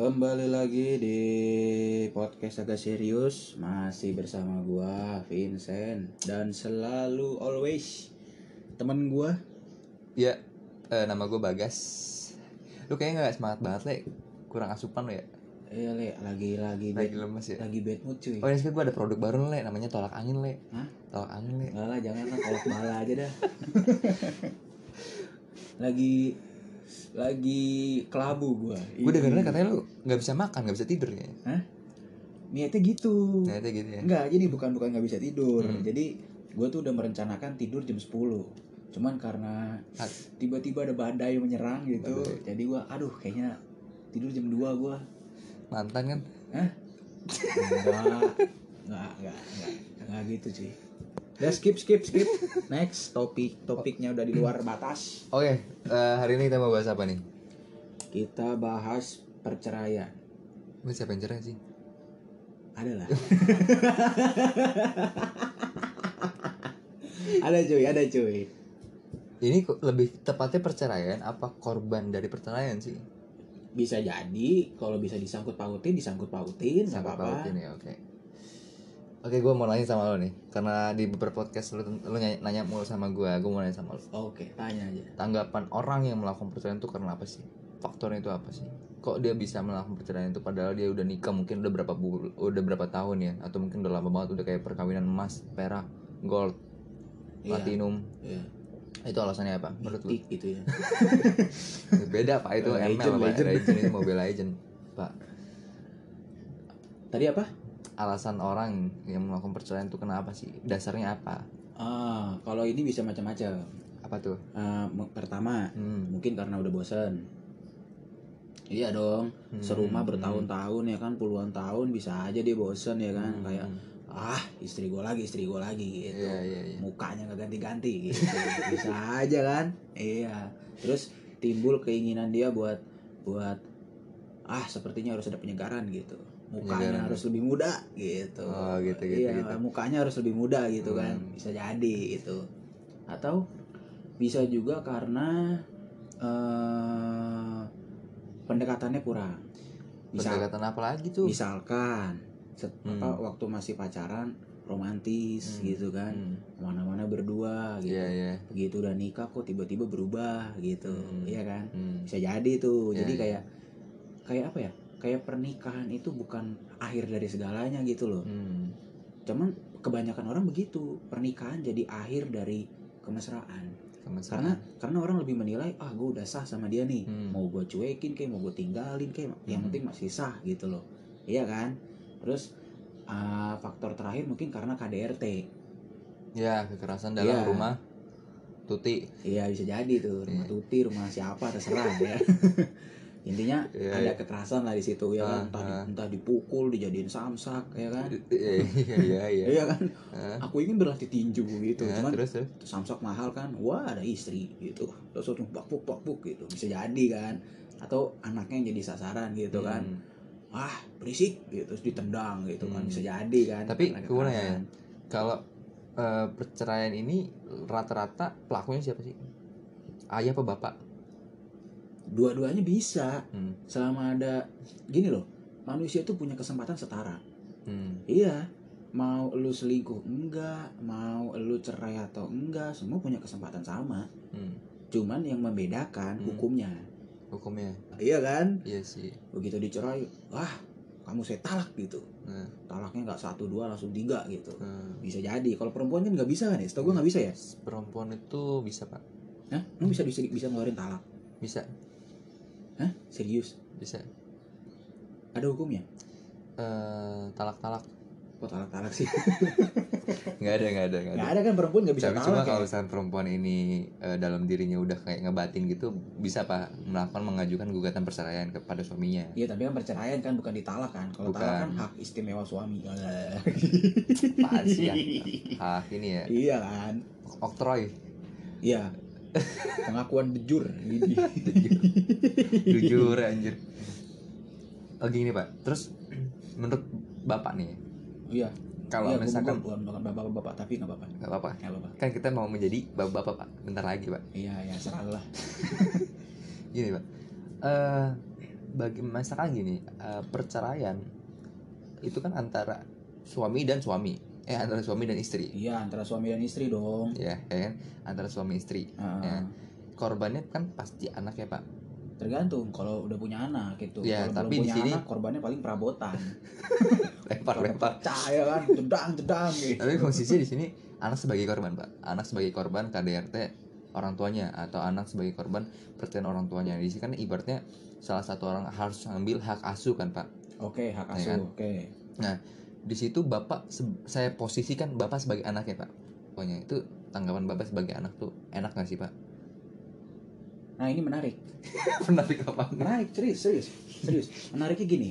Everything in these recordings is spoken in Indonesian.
Kembali lagi di podcast agak serius. Masih bersama gua Vincent. Dan selalu always temen gua. Ya, nama gue Bagas. Lu kayaknya gak semangat banget, Le. Kurang asupan lo ya. Iya Le, lagi lemes ya. Lagi bad mood cuy. Oh ini gue ada produk baru, Le. Namanya tolak angin, Le. Hah? Tolak angin, Le. Enggak lah, jangan lah, kolak bala aja dah. lagi kelabu gua. Gue dengernya katanya lu gak bisa makan, gak bisa tidur ya. Hah? Niatnya gitu. Niatnya gitu ya. Enggak, jadi bukan gak bisa tidur. Jadi gua tuh udah merencanakan tidur jam 10. Cuman karena tiba-tiba ada badai menyerang gitu. Jadi gua kayaknya tidur jam 2 gua. Mantan kan? Hah? Enggak gitu cuy. Udah skip. Next topiknya udah di luar batas. Oke, hari ini kita mau bahas apa nih? Kita bahas perceraian. Lu siapa yang cerai sih? Ada lah. ada cuy. Ini lebih tepatnya perceraian apa korban dari perceraian sih? Bisa jadi kalau bisa disangkut pautin nggak apa-apa. Ya, Oke, gue mau nanya sama lo nih, karena di beberapa podcast lo nanya mulu sama gue mau nanya sama lo. Oke, tanya aja. Tanggapan orang yang melakukan perceraian itu karena apa sih? Faktornya itu apa sih? Kok dia bisa melakukan perceraian itu padahal dia udah nikah mungkin udah berapa tahun ya, atau mungkin udah lama banget, udah kayak perkawinan emas, perak, gold, platinum. Iya. Itu alasannya apa menurut lo? Gitu ya. Beda Pak, itu ML Pak, Legend itu Mobile Legend Pak. Tadi apa? Alasan orang yang melakukan perceraian itu kenapa sih? Dasarnya apa? Kalau ini bisa macam-macam. Apa tuh? Pertama, mungkin karena udah bosan. Iya dong, serumah bertahun-tahun ya kan, puluhan tahun bisa aja dia bosan ya kan, kayak istri gue lagi gitu. Iya. Mukanya nggak ganti-ganti gitu. Bisa aja kan. Iya. Terus timbul keinginan dia buat sepertinya harus ada penyegaran gitu. Mukanya harus lebih muda gitu. Gitu. Mukanya harus lebih muda gitu kan. Bisa jadi itu. Atau bisa juga karena pendekatannya kurang. Pendekatan apa lagi tuh? Misalkan waktu masih pacaran romantis gitu kan, mana-mana berdua gitu. Begitu udah nikah kok tiba-tiba berubah gitu, iya kan? Bisa jadi tuh. Jadi kayak apa ya? Kayak pernikahan itu bukan akhir dari segalanya gitu loh. Cuman kebanyakan orang begitu, pernikahan jadi akhir dari kemesraan. Karena orang lebih menilai gue udah sah sama dia nih, mau gue cuekin kayak mau gue tinggalin kayak yang penting masih sah gitu loh, iya kan? Terus faktor terakhir mungkin karena KDRT ya, kekerasan dalam rumah tuti. Iya, bisa jadi tuh rumah tuti, rumah siapa terserah ya. Intinya ada kekerasan lah di situ ya kan, entah dipukul, dijadiin samsak ya kan. Iya kan. Aku ingin berlatih tinju gitu, cuman terus samsak mahal kan, ada istri gitu, terus bak-buk gitu, bisa jadi kan. Atau anaknya yang jadi sasaran gitu kan, berisik gitu, terus ditendang gitu kan, bisa jadi kan. Tapi gue nanya, kalau perceraian ini rata-rata pelakunya siapa sih? Ayah apa bapak? Dua-duanya bisa. Selama ada gini loh, manusia itu punya kesempatan setara. Iya, mau lu selingkuh enggak, mau lu cerai atau enggak, semua punya kesempatan sama. Cuman yang membedakan hukumnya. Iya kan? Iya sih. Begitu dicerai, kamu saya talak gitu. Talaknya nggak 1, 2 langsung 3 gitu. Bisa jadi. Kalau perempuan kan nggak bisa kan ya? Setahu gue nggak bisa ya. Perempuan itu bisa Pak. Hah? Lu bisa ngeluarin talak? Bisa. Hah? Serius? Bisa. Ada hukumnya? Talak. Kok talak sih? Nggak ada. Nggak ada kan, perempuan nggak bisa talak. Cuma kalau misalnya perempuan ini dalam dirinya udah kayak ngebatin gitu, bisa Pak mengajukan gugatan perceraian kepada suaminya. Iya, tapi kan perceraian kan bukan ditalak kan. Kalau talak kan hak istimewa suami. Apaan sih ya? Hak ini ya? Iya kan. Oktroy. Iya. Pengakuan jujur. Jujur anjir. Gini Pak. Terus menurut Bapak nih. Iya. Kalau misalkan bukan bapak tapi nggak apa-apa. Kan kita mau menjadi bapak Pak. Bentar lagi Pak. Iya, serahlah. Gini Pak. bagi misalkan gini, perceraian itu kan antara suami dan suami, antara suami dan istri. Iya, antara suami dan istri dong. Ya kan, antara suami istri. Ya. Korbannya kan pasti anak ya Pak. Tergantung kalau udah punya anak gitu. Ya, kalau tapi belum di punya sini anak korbannya paling perabotan. lempar. Percaya kan, jedang gitu. Tapi posisinya di sini anak sebagai korban Pak. Anak sebagai korban KDRT orang tuanya, atau anak sebagai korban perceraian orang tuanya. Di sini kan ibaratnya salah satu orang harus ambil hak asuh kan Pak. Oke, hak asuh. Ya kan? Oke. Nah, di situ Bapak saya posisikan Bapak sebagai anak ya Pak. Pokoknya itu tanggapan Bapak sebagai anak tuh enak gak sih Pak? Nah, ini menarik. Menarik apa? Menarik, serius. Menariknya gini.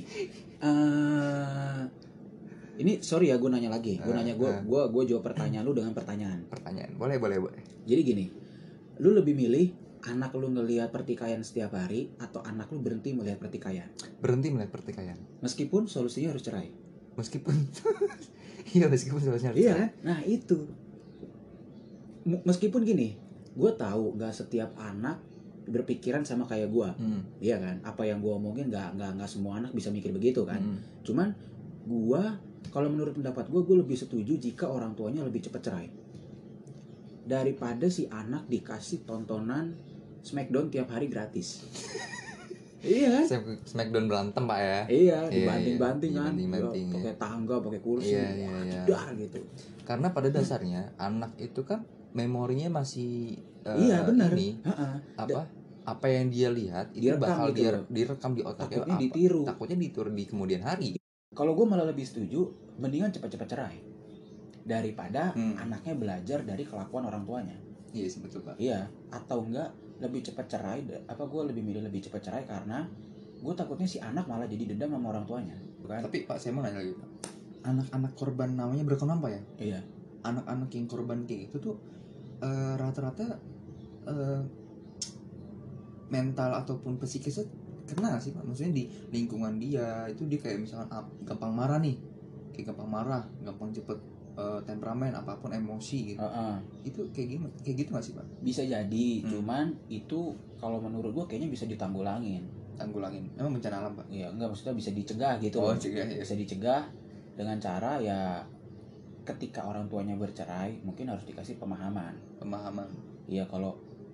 Ini sorry ya, gue nanya lagi. Gue jawab pertanyaan lu dengan pertanyaan. Boleh. Jadi gini, lu lebih milih anak lu ngelihat pertikaian setiap hari atau anak lu berhenti melihat pertikaian? Berhenti melihat pertikaian. Meskipun solusinya harus cerai. Meskipun solusinya harus cerai. Iya, nah itu. Meskipun gini, gue tahu nggak setiap anak berpikiran sama kayak gue, iya kan? Apa yang gue omongin nggak semua anak bisa mikir begitu kan? Cuman gue, kalau menurut pendapat gue lebih setuju jika orang tuanya lebih cepat cerai daripada si anak dikasih tontonan Smackdown tiap hari gratis. Iya kan? Smackdown berantem Pak ya. Iya, dibanting-banting kan. Dibanting, pakai tangga, pakai kursi, jedar gitu. Karena pada dasarnya anak itu kan memorinya masih iya benar. Ini apa yang dia lihat itu bakal direkam di otaknya. Takutnya ditiru di kemudian hari. Kalau gue malah lebih setuju mendingan cepat-cepat cerai daripada anaknya belajar dari kelakuan orang tuanya. Iya sih, betul Pak. Iya, atau enggak lebih cepat cerai. Gue lebih milih lebih cepat cerai karena gue takutnya si anak malah jadi dendam sama orang tuanya, bukan? Tapi Pak, saya mau nanya lagi Pak. Anak-anak korban namanya berkembang Pak ya? Iya. Anak-anak yang korban kayak gitu tuh rata-rata mental ataupun psikisnya kena gak sih Pak? Maksudnya di lingkungan dia itu dia kayak misalkan gampang marah nih, gampang cepet temperamen, apapun emosi gitu. Itu kayak gitu gak sih Pak? Bisa jadi, cuman itu kalau menurut gue kayaknya bisa ditanggulangin. Emang bencana alam Pak? Iya, enggak, maksudnya bisa dicegah gitu. Cegah, ya. Bisa dicegah dengan cara ya ketika orang tuanya bercerai mungkin harus dikasih pemahaman. Iya, kalau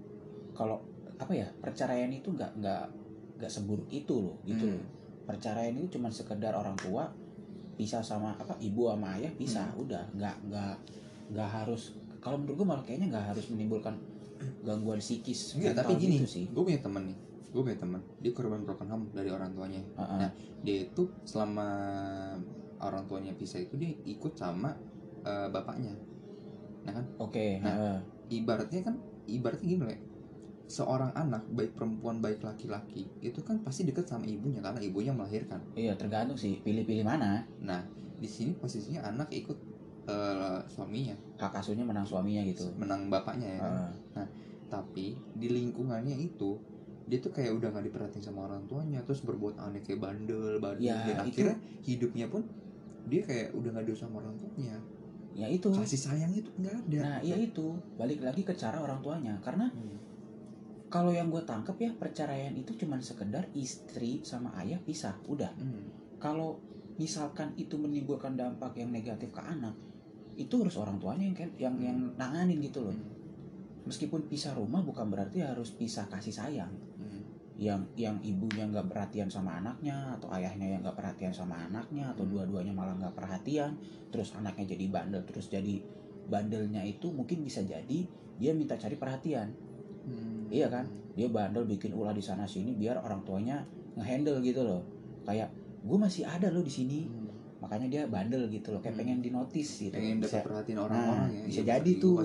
apa ya, perceraian itu nggak seburuk itu loh gitu loh. Perceraian itu cuma sekedar orang tua pisah sama ibu sama ayah pisah, udah nggak harus, kalau menurut gue malah kayaknya nggak harus menimbulkan gangguan psikis. Enggak, tapi gini gitu sih. Gue punya teman dia korban broken home dari orang tuanya. Nah, dia itu selama orang tuanya pisah itu dia ikut sama bapaknya, nah kan? Oke. Nah, ibaratnya gini loh, seorang anak baik perempuan baik laki-laki itu kan pasti dekat sama ibunya karena ibunya melahirkan. Iya, tergantung sih pilih mana. Nah, di sini posisinya anak ikut suaminya, hak asuhnya menang suaminya gitu, menang bapaknya ya kan? Nah, tapi di lingkungannya itu dia tuh kayak udah nggak diperhatiin sama orang tuanya, terus berbuat aneh kayak bandel ya, dan akhirnya hidupnya pun dia kayak udah nggak diurus sama orang tuanya. Ya itu, kasih sayangnya tuh nggak ada. Nah ya itu balik lagi ke cara orang tuanya, karena kalau yang gue tangkep ya, perceraian itu cuma sekedar istri sama ayah pisah, udah. Kalau misalkan itu menimbulkan dampak yang negatif ke anak, itu harus orang tuanya yang nanganin gitu loh. Meskipun pisah rumah bukan berarti harus pisah kasih sayang. Yang ibunya nggak perhatian sama anaknya, atau ayahnya yang nggak perhatian sama anaknya, atau dua-duanya malah nggak perhatian, terus anaknya jadi bandel, terus jadi bandelnya itu mungkin bisa jadi dia minta cari perhatian. Iya kan, dia bandel bikin ulah di sana sini biar orang tuanya ngehandle gitu loh, kayak gue masih ada loh di sini, makanya dia bandel gitu loh, kayak pengen dinotis gitu, pengen dapat perhatian orang-orang. Ya bisa jadi tuh.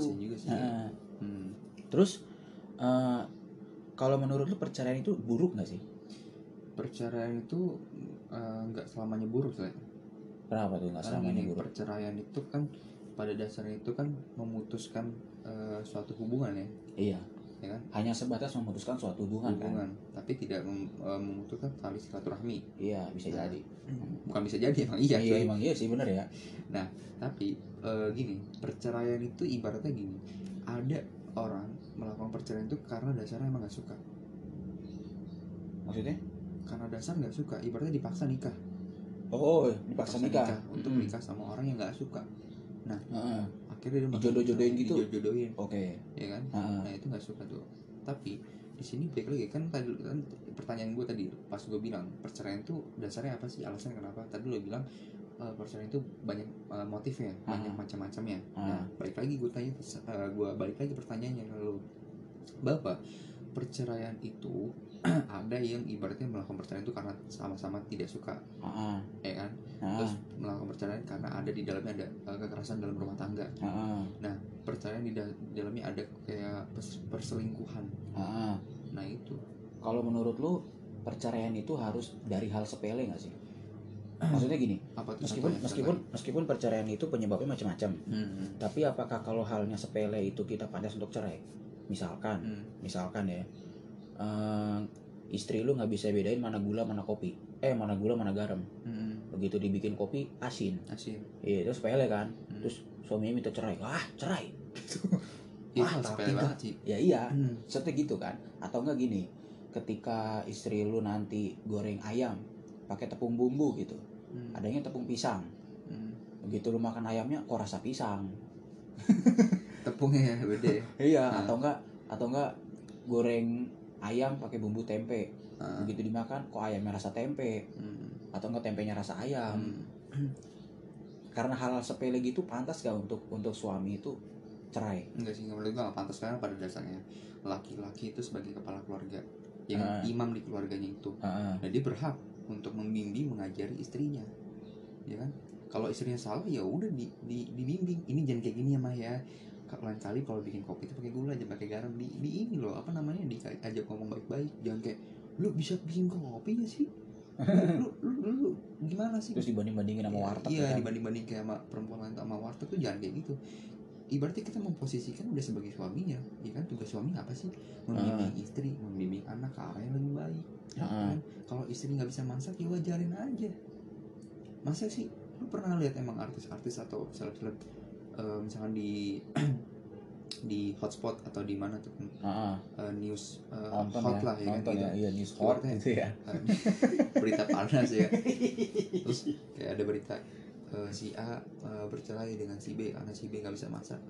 Terus kalau menurut lu perceraian itu buruk nggak sih? Perceraian itu nggak selamanya buruk sih. Kenapa tuh nggak selamanya buruk? Perceraian itu kan pada dasarnya itu kan memutuskan suatu hubungan ya. Iya. Ya kan? Hanya sebatas memutuskan suatu hubungan kan? Tapi tidak memutuskan tali silaturahmi. Iya, bisa jadi. Bukan bisa jadi, emang iya. Iya, emang iya sih, benar ya. Nah, tapi gini, perceraian itu ibaratnya gini, ada orang melakukan perceraian itu karena dasarnya emang gak suka. Maksudnya? karena dasar nggak suka, ibaratnya dipaksa nikah. Dipaksa nikah untuk nikah sama orang yang nggak suka. Nah, akhirnya dia dijodoh-jodohin gitu. Dijodoh-jodohin. Oke. Ya kan? Nah, itu nggak suka tuh. Tapi di sini balik lagi kan tadi kan pertanyaan gue tadi pas gue bilang perceraian tuh dasarnya apa sih, alasan kenapa? Tadi lo bilang perceraian itu banyak motifnya, banyak macam-macamnya. Nah, balik lagi gue balik lagi pertanyaannya kalau Bapak, perceraian itu ada yang ibaratnya melakukan perceraian itu karena sama-sama tidak suka, ya kan? Terus melakukan perceraian karena ada di dalamnya ada kekerasan dalam rumah tangga. Nah, perceraian di dalamnya ada kayak perselingkuhan. Nah itu. Kalau menurut lu perceraian itu harus dari hal sepele nggak sih? Maksudnya gini, meskipun perceraian itu penyebabnya macam-macam, tapi apakah kalau halnya sepele itu kita pantas untuk cerai? Misalkan ya, istri lu nggak bisa bedain mana gula mana kopi, mana gula mana garam. Begitu dibikin kopi asin. Iya, itu sepele kan. Terus suaminya minta cerai, cerai. Sepele banget sih. Ya iya, seperti gitu kan. Atau enggak gini, ketika istri lu nanti goreng ayam pakai tepung bumbu gitu, adanya tepung pisang. Begitu lu makan ayamnya kok rasa pisang. Tepungnya beda. Iya, atau enggak goreng ayam pakai bumbu tempe. Begitu dimakan kok ayamnya rasa tempe. Atau enggak tempenya rasa ayam. Karena hal-hal sepele gitu pantas gak untuk suami itu cerai? Enggak sih, menurut gue gak pantas, karena pada dasarnya laki-laki itu sebagai kepala keluarga, yang imam di keluarganya itu. Nah, dia berhak untuk membimbing, mengajari istrinya, ya kan? Kalau istrinya salah ya udah dibimbing, ini jangan kayak gini ya mah ya, lain kali kalau bikin kopi itu pakai gula, jangan pakai garam, di ini loh apa namanya, diajak ngomong baik-baik, jangan kayak lu bisa bikin kopi gak sih, lu gimana sih, terus dibanding-bandingin sama warteg. Iya, kan? Dibanding-banding kayak sama perempuan lain sama warteg tuh jangan kayak gitu. Ibaratnya kita memposisikan udah sebagai suaminya, ya kan, tugas suami apa sih? Membimbing istri, membimbing anak ke arah yang lebih baik. Kan? Kalau istri nggak bisa masak ya wajarin aja. Masa sih, lu pernah lihat emang artis-artis atau seleb-seleb misalkan di di hotspot atau di mana tuh news hot lah ya kan, gitu. Iya, news hot gitu ya. Berita panas ya. Terus kayak ada berita si A bercerai dengan si B karena si B nggak bisa masak.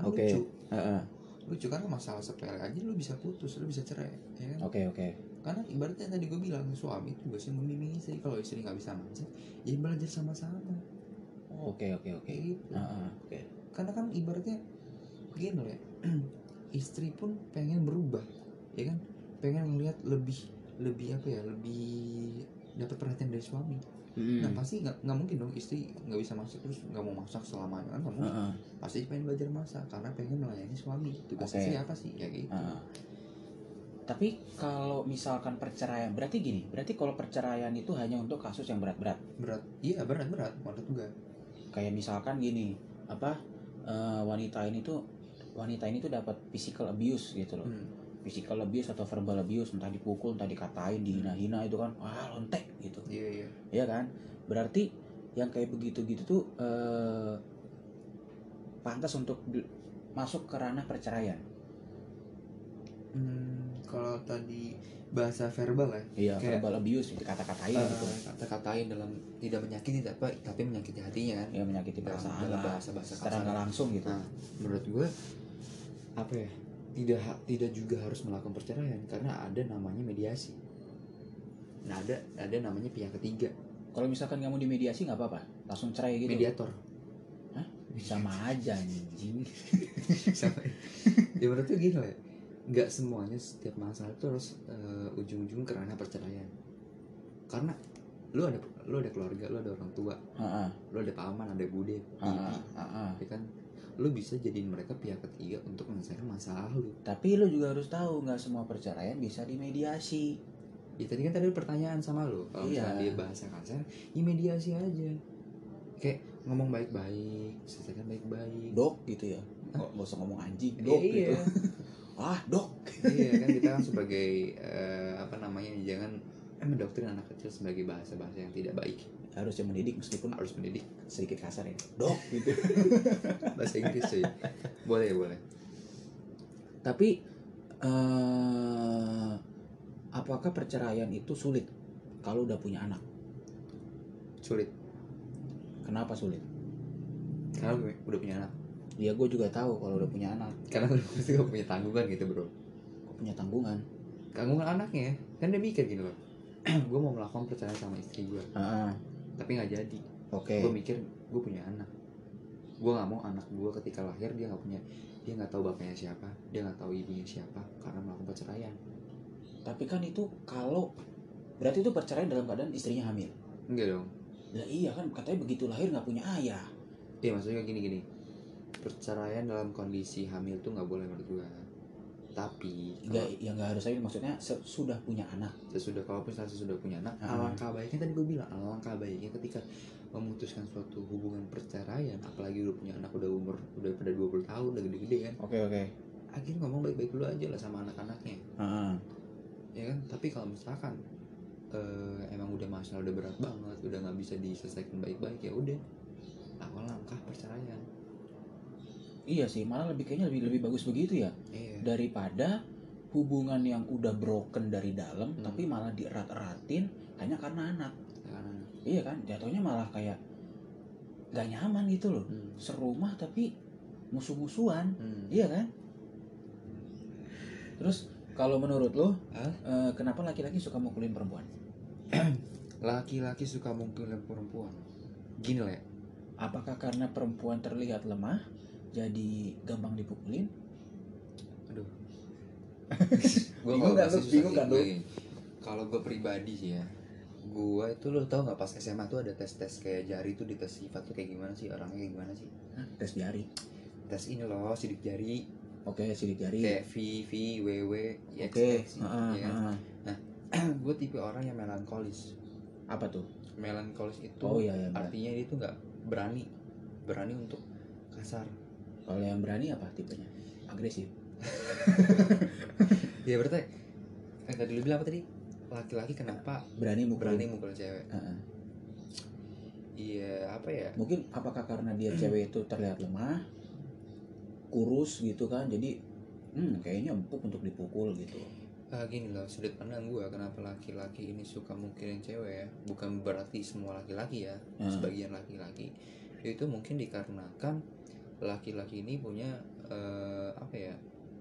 Lucu kan, masalah sepele aja lu bisa putus, lu bisa cerai, ya kan? Oke. Karena ibaratnya tadi gue bilang, suami itu biasanya membimbing istri. Kalau istri nggak bisa masak, ya belajar sama-sama. Oke. Gitu. Karena kan ibaratnya gini loh ya, istri pun pengen berubah, ya kan? Pengen ngelihat lebih apa ya, lebih dapat perhatian dari suami. Nah pasti nggak mungkin dong istri nggak bisa masak terus nggak mau masak selamanya, kan nggak mungkin. Pasti pengen belajar masak karena pengen melayani suami. Tugas istri apa sih ya gitu. Tapi kalau misalkan perceraian, berarti kalau perceraian itu hanya untuk kasus yang berat-berat. Iya, berat menurut gue. Kayak misalkan gini, wanita ini tuh dapat physical abuse gitu loh. Physical abuse atau verbal abuse, entah dipukul, entah dikatain, dihina-hina, itu kan lontek gitu. Iya kan? Berarti yang kayak begitu-gitu tuh pantas untuk masuk ke ranah perceraian. Kalau tadi bahasa verbal ya, iya, verbal abuse, kata-katain gitu. Kata-katain dalam tidak menyakiti tapi menyakiti hatinya kan. Ya, menyakiti perasaan dalam bahasa-bahasa secara nggak langsung gitu. Nah, menurut gue apa ya, tidak juga harus melakukan perceraian, karena ada namanya mediasi. Nah, ada namanya pihak ketiga. Kalau misalkan kamu dimediasi nggak apa-apa, langsung cerai gitu. Mediator. Hah? Sama aja anjing. Sama. Ya menurut gue gini lah ya, nggak semuanya setiap masalah itu harus ujung-ujung kerana perceraian. Karena lu ada keluarga, lu ada orang tua, lu ada paman, ada bude, bibi, ya kan, lu bisa jadiin mereka pihak ketiga untuk menyelesaikan masalah lu. Tapi lu juga harus tahu nggak semua perceraian bisa dimediasi. Ya tadi kan pertanyaan sama lu, kalau misalnya dia bahasa kasar, ya mediasi aja. Kayak ngomong baik-baik, selesaikan baik-baik. Dok gitu ya. Nggak usah ngomong anjing, dok gitu. Dok. Iya kan, kita kan sebagai jangan mendoktrin anak kecil sebagai bahasa-bahasa yang tidak baik. Harusnya mendidik, meskipun harus mendidik sedikit kasar ya. Dok gitu. Bahasa Inggris sih. Boleh. Tapi apakah perceraian itu sulit kalau udah punya anak? Sulit. Kenapa sulit? Karena gue udah punya anak. Ya gue juga tahu kalau udah punya anak. Karena gue pasti gak punya tanggungan gitu bro. Gue punya tanggungan. Tanggungan anaknya kan dia mikir gini loh. Gue mau melakukan perceraian sama istri gue. Tapi gak jadi. Gue mikir gue punya anak. Gue gak mau anak gue ketika lahir dia gak tahu bapaknya siapa, dia gak tahu ibunya siapa karena melakukan perceraian. Tapi kan itu kalau berarti itu perceraian dalam keadaan istrinya hamil. Enggak dong. Lah iya kan katanya begitu lahir gak punya ayah. Iya maksudnya gini. Perceraian dalam kondisi hamil tuh gak boleh menurut gue. Tapi nggak harus aja, maksudnya sudah punya anak. Kalaupun sudah punya anak, alangkah baiknya tadi gue bilang, alangkah baiknya ketika memutuskan suatu hubungan perceraian, apalagi udah punya anak, udah pada 20 tahun, udah gede-gede kan. Oke. Akhirnya ngomong baik-baik dulu aja lah sama anak-anaknya. Ya kan? Tapi kalau misalkan emang udah masalah udah berat banget, udah nggak bisa diselesaikan baik-baik, ya udah awal langkah perceraian. Iya sih, malah kayaknya lebih bagus begitu ya. Iya. Daripada hubungan yang udah broken dari dalam tapi malah dierat-eratin hanya karena anak. Iya kan, jatuhnya malah kayak gak nyaman gitu loh. Serumah tapi musuh-musuhan. Iya kan. Terus kalau menurut lo kenapa laki-laki suka mukulin perempuan? Laki-laki suka mukulin perempuan, gini lah ya. Apakah karena perempuan terlihat lemah jadi gampang dipukulin? Aduh. Bingung kan lu? Kalau gue pribadi sih ya, gue itu lo tau nggak pas SMA tuh ada tes kayak jari tuh, di tes sifat tuh kayak gimana sih orangnya, kayak gimana sih? Tes jari. Tes ini loh, sidik jari. Oke, sidik jari. Kayak V, WW, X, X, ya kan? Nah, gue tipe orang yang melankolis. Apa tuh? Melankolis itu artinya dia tuh nggak berani untuk kasar. Kalau yang berani apa tipenya? Agresif. Ya berarti tadi lu bilang apa tadi? Laki-laki kenapa berani mukul cewek? Iya, apa ya? Mungkin apakah karena dia cewek itu terlihat lemah, kurus gitu kan, jadi kayaknya empuk untuk dipukul gitu. Gini loh, sudut pandang gue kenapa laki-laki ini suka mukulin cewek ya, bukan berarti semua laki-laki ya, sebagian laki-laki itu mungkin dikarenakan laki-laki ini punya apa ya,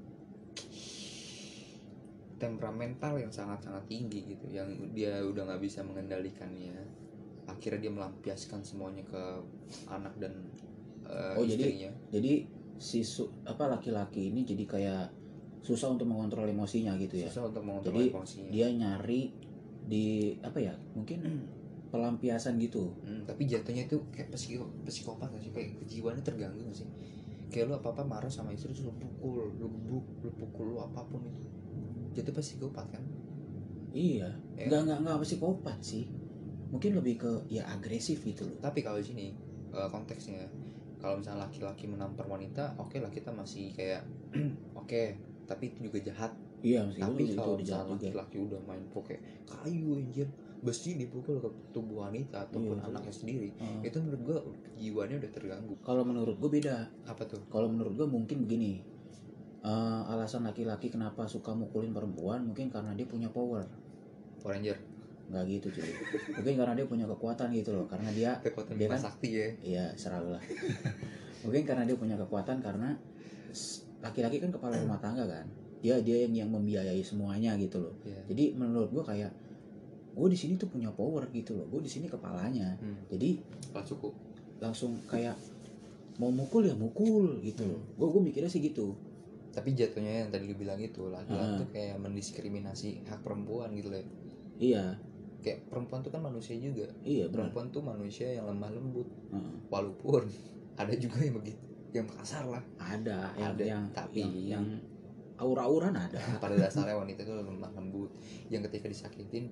temperamental yang sangat-sangat tinggi gitu, yang dia udah nggak bisa mengendalikannya, akhirnya dia melampiaskan semuanya ke anak dan istrinya. Jadi laki-laki ini jadi kayak susah untuk mengontrol emosinya gitu ya. Susah untuk mengontrol emosinya. Dia nyari di apa ya, mungkin pelampiasan gitu. Tapi jatuhnya itu kayak psikopat gak sih, kayak kejiwaannya terganggu gak sih? Kayak lu apa-apa marah sama istri terus lu pukul, lu gebuk, lu pukul, lu apapun itu. Jatuh psikopat kan? Iya. Enggak psikopat sih. Mungkin lebih ke ya agresif gitu loh. Tapi kalau di sini konteksnya, kalau misalnya laki-laki menampar wanita, oke lah kita masih kayak oke, tapi itu juga jahat. Iya, tapi kalau misalnya laki-laki udah main kayak kayu anjir, besi dipukul ke tubuh wanita ataupun anaknya sendiri, itu menurut gue jiwanya udah terganggu. Kalau menurut gue beda. Apa tuh? Kalau menurut gue mungkin begini, alasan laki-laki kenapa suka mukulin perempuan mungkin karena dia punya Power Ranger. Nggak gitu cuy. Mungkin karena dia punya kekuatan gitu loh, karena dia kan sakti ya. Iya, selalu lah. Mungkin karena dia punya kekuatan, karena laki-laki kan kepala rumah tangga kan, dia yang membiayai semuanya gitu loh. Jadi menurut gue kayak gue di sini tuh punya power gitu loh, gue di sini kepalanya. Jadi langsung kayak mau mukul ya mukul gitu loh. Gue mikirnya sih gitu. Tapi jatuhnya yang tadi lu bilang itu laki-laki tuh kayak mendiskriminasi hak perempuan gitu loh. Iya. Kayak perempuan tuh kan manusia juga. Iya, perempuan tuh manusia yang lemah lembut. Walaupun ada juga yang begitu, yang kasar lah. Ada tapi yang aura-auran ada. Pada dasarnya wanita itu lemah lembut, yang ketika disakitin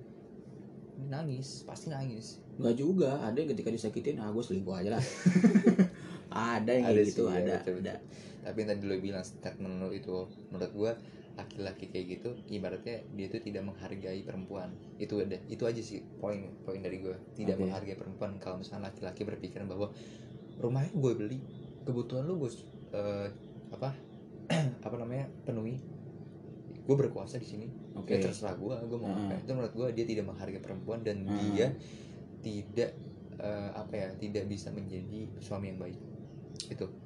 pasti nangis. Enggak juga, ada yang ketika disakitin gue selingkuh aja lah. Ada yang kayak gitu, ada. Tapi yang tadi lo bilang statement lo itu, menurut gue laki-laki kayak gitu ibaratnya dia tuh tidak menghargai perempuan. Itu aja sih poin dari gue, tidak menghargai perempuan. Kalau misalnya laki-laki berpikiran bahwa rumahnya gue beli, kebutuhan lo gue penuhi, gue berkuasa di sini, ya terserah gue mau apa. Itu menurut gue dia tidak menghargai perempuan dan dia tidak tidak bisa menjadi suami yang baik. Itu